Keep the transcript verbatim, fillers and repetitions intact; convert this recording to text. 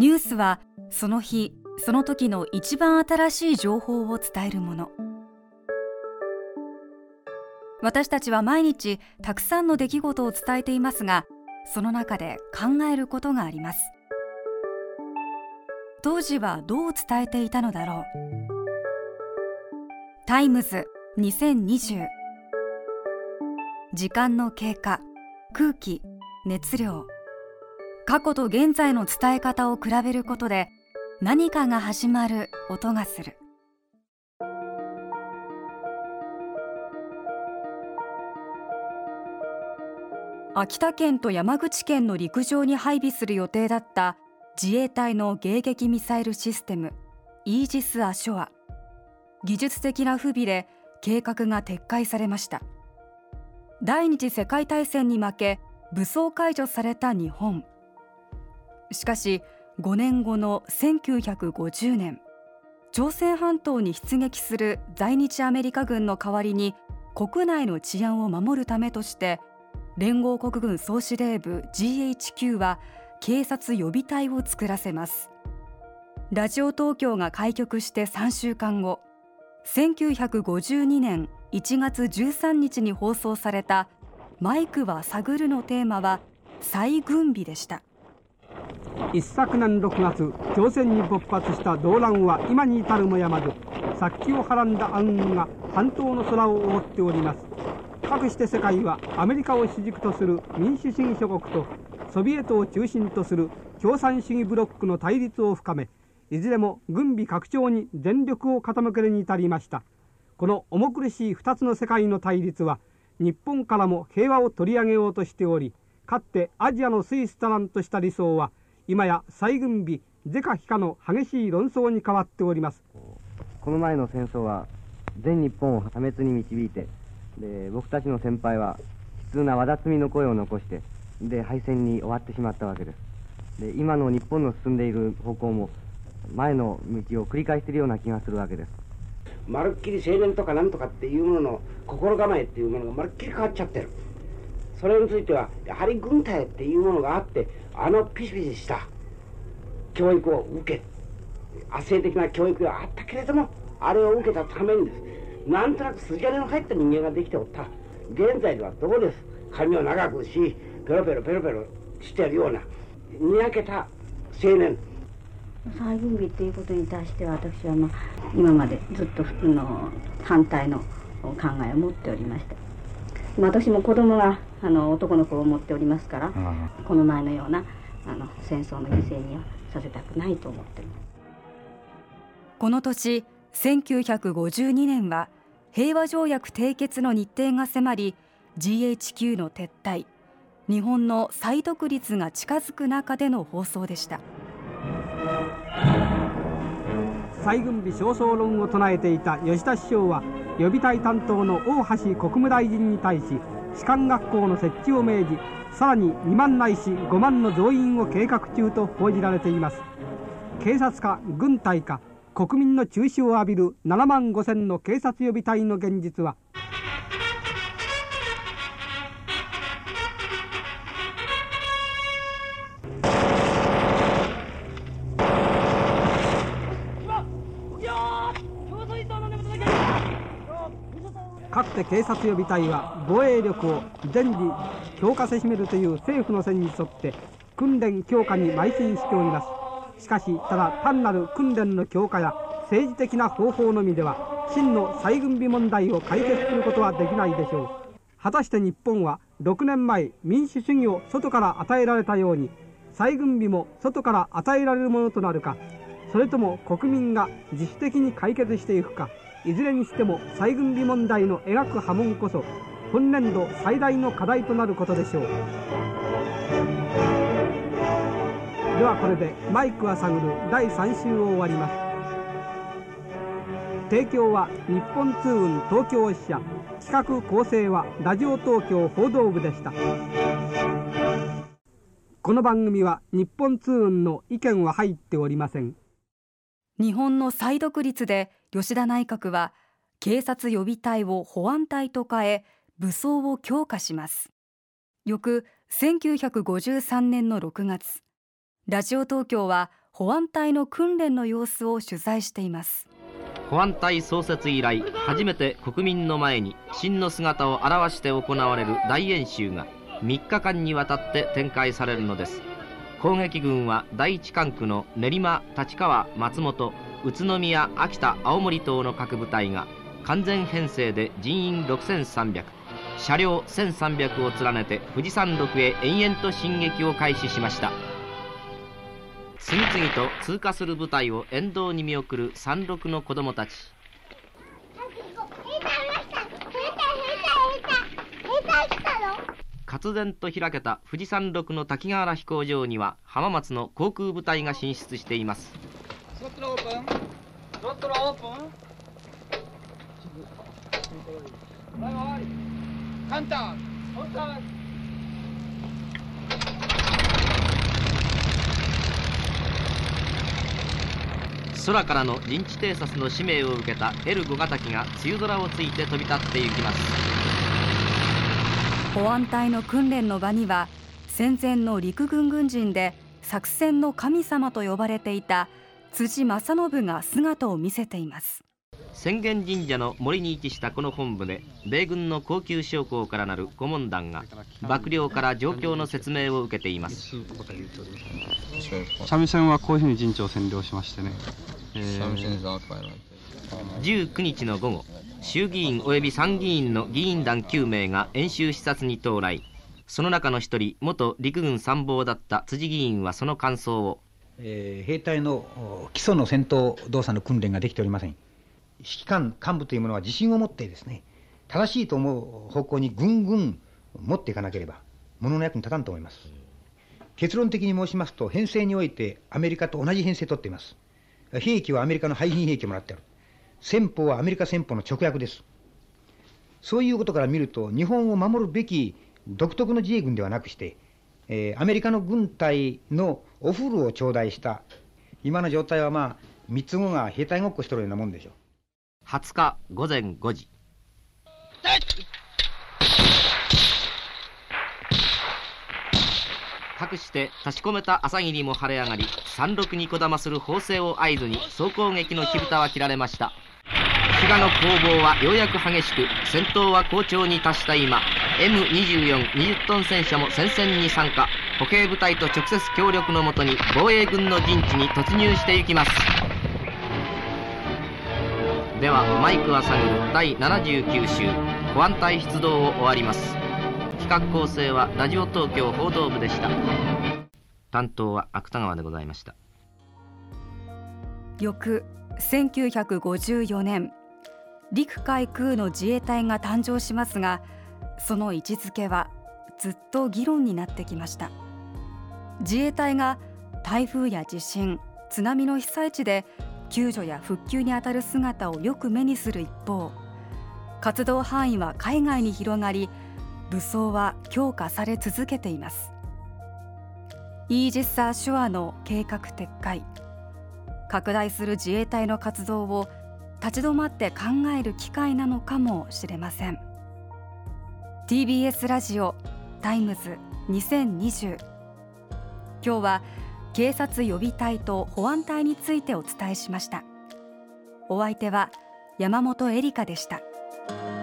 ニュースはその日その時の一番新しい情報を伝えるもの。私たちは毎日たくさんの出来事を伝えていますが、その中で考えることがあります。当時はどう伝えていたのだろう。タイムズにせんにじゅう。時間の経過、空気、熱量、過去と現在の伝え方を比べることで何かが始まる音がする。秋田県と山口県の陸上に配備する予定だった自衛隊の迎撃ミサイルシステムイージス・アショア。技術的な不備で計画が撤回されました。第二次世界大戦に負け武装解除された日本。しかしごねんごのせんきゅうひゃくごじゅうねん、朝鮮半島に出撃する在日アメリカ軍の代わりに国内の治安を守るためとして連合国軍総司令部 ジーエイチキュー は警察予備隊を作らせます。ラジオ東京が開局してさんしゅうかんご、せんきゅうひゃくごじゅうにねんいちがつじゅうさんにちに放送されたマイクは探るのテーマは再軍備でした。 一昨年ろくがつ、朝鮮に勃発した動乱は今に至るもやまず、殺気をはらんだ暗雲が半島の空を覆っております。かくして世界はアメリカを主軸とする民主主義諸国とソビエトを中心とする共産主義ブロックの対立を深め、いずれも軍備拡張に全力を傾けるに至りました。この重苦しい二つの世界の対立は日本からも平和を取り上げようとしており、かつてアジアのスイスタランとした理想は今や再軍備是か非かの激しい論争に変わっております。 この前の戦争は全日本を破滅に導いて、で僕たちの先輩は悲痛なわだつみの声を残してで敗戦に終わってしまったわけです。で今の日本の進んでいる方向も前の道を繰り返しているような気がするわけです。 まるっきり青年とかなんとかっていうものの心構えっていうものがまるっきり変わっちゃってる。それについてはやはり軍隊っていうものがあって、あのピシピシした教育を受け、圧政的な教育があったけれども、あれを受けたためにですなんとなく筋金の入った人間ができておった。現在ではどうです。髪を長くしペロペロペロペロしてるようなにやけた青年。 再軍備っていうことに対しては私は、まあ、今までずっとの反対の考えを持っておりました。まあ、私も子供があの男の子を持っておりますから、この前のようなあの戦争の犠牲にはさせたくないと思っています。 この年せんきゅうひゃくごじゅうにねんは平和条約締結の日程が迫り ジーエイチキュー の撤退、日本の再独立が近づく中での放送でした。 再軍備焦燥論を唱えていた吉田首相は予備隊担当の大橋国務大臣に対し士官学校の設置を命じ、さらににまんないしごまんの増員を計画中と報じられています。警察か軍隊か国民の中傷を浴びるななまんごせんの警察予備隊の現実は、かつて警察予備隊は防衛力を全時強化せしめるという政府の線に沿って訓練強化に邁進しております。しかしただ単なる訓練の強化や政治的な方法のみでは真の再軍備問題を解決することはできないでしょう。果たして日本はろくねんまえ民主主義を外から与えられたように再軍備も外から与えられるものとなるか、それとも国民が自主的に解決していくか、いずれにしても再軍備問題の描く波紋こそ本年度最大の課題となることでしょう。ではこれでマイクは探るだいさん週を終わります。提供は日本通運東京支社、企画構成はラジオ東京報道部でした。この番組は日本通運の意見は入っておりません。 日本の再独立で吉田内閣は警察予備隊を保安隊と変え武装を強化します。翌せんきゅうひゃくごじゅうさんねんのろくがつ、ラジオ東京は保安隊の訓練の様子を取材しています。 保安隊創設以来初めて国民の前に真の姿を現して行われる大演習がみっかかんにわたって展開されるのです。攻撃軍は第一管区の練馬、立川、松本、宇都宮、秋田、青森等の各部隊が完全編成で人員ろくせんさんびゃく、車両せんさんびゃくを連ねて富士山麓へ延々と進撃を開始しました。次々と通過する部隊を沿道に見送る山麓の子供たち。忽然と開けた富士山麓の滝ヶ原飛行場には浜松の航空部隊が進出しています。空からの陣地偵察の使命を受けた エルご 型機が梅雨空をついて飛び立っていきます。 保安隊の訓練の場には戦前の陸軍軍人で作戦の神様と呼ばれていた辻正信が姿を見せています。 浅間神社の森に位置したこの本部で米軍の高級将校からなる顧問団が幕僚から状況の説明を受けています。 三味線はこういうふうに陣地を占領しましてね、えー、 じゅうくにちの午後、衆議院および参議院の議員団きゅうめいが演習視察に到来。その中の一人、元陸軍参謀だった辻議員はその感想を、 えー、兵隊の基礎の戦闘動作の訓練ができておりません。指揮官幹部というものは自信を持ってですね、正しいと思う方向にぐんぐん持っていかなければ物の役に立たんと思います。結論的に申しますと、編成においてアメリカと同じ編成を取っています。兵器はアメリカの廃品兵器をもらってある。戦法はアメリカ戦法の直訳です。そういうことから見ると、日本を守るべき独特の自衛軍ではなくして、えー、アメリカの軍隊のお風呂を頂戴した今の状態は、まあみっつごが兵隊ごっこしてるようなもんでしょう。 はつかごぜんごじ、かくして立ち込めた朝霧も晴れ上がり、山麓にこだまする砲声を合図に総攻撃の火蓋は切られました。比嘉の攻防はようやく激しく、戦闘は好調に達した今、 エムにじゅうよん にじゅっトン戦車も戦線に参加。歩兵部隊と直接協力のもとに防衛軍の陣地に突入していきます。ではマイクは探るだいななじゅうきゅう週保安隊出動を終わります。企画構成はラジオ東京報道部でした。担当は芥川でございました。 翌せんきゅうひゃくごじゅうよねん、陸海空の自衛隊が誕生しますが、その位置づけはずっと議論になってきました。自衛隊が台風や地震、津波の被災地で救助や復旧にあたる姿をよく目にする一方、活動範囲は海外に広がり、武装は強化され続けています。イージス・アショアの計画撤回、拡大する自衛隊の活動を立ち止まって考える機会なのかもしれません。 ティービーエス ラジオタイムズにせんにじゅう、今日は警察予備隊と保安隊についてお伝えしました。お相手は山本恵里香でした。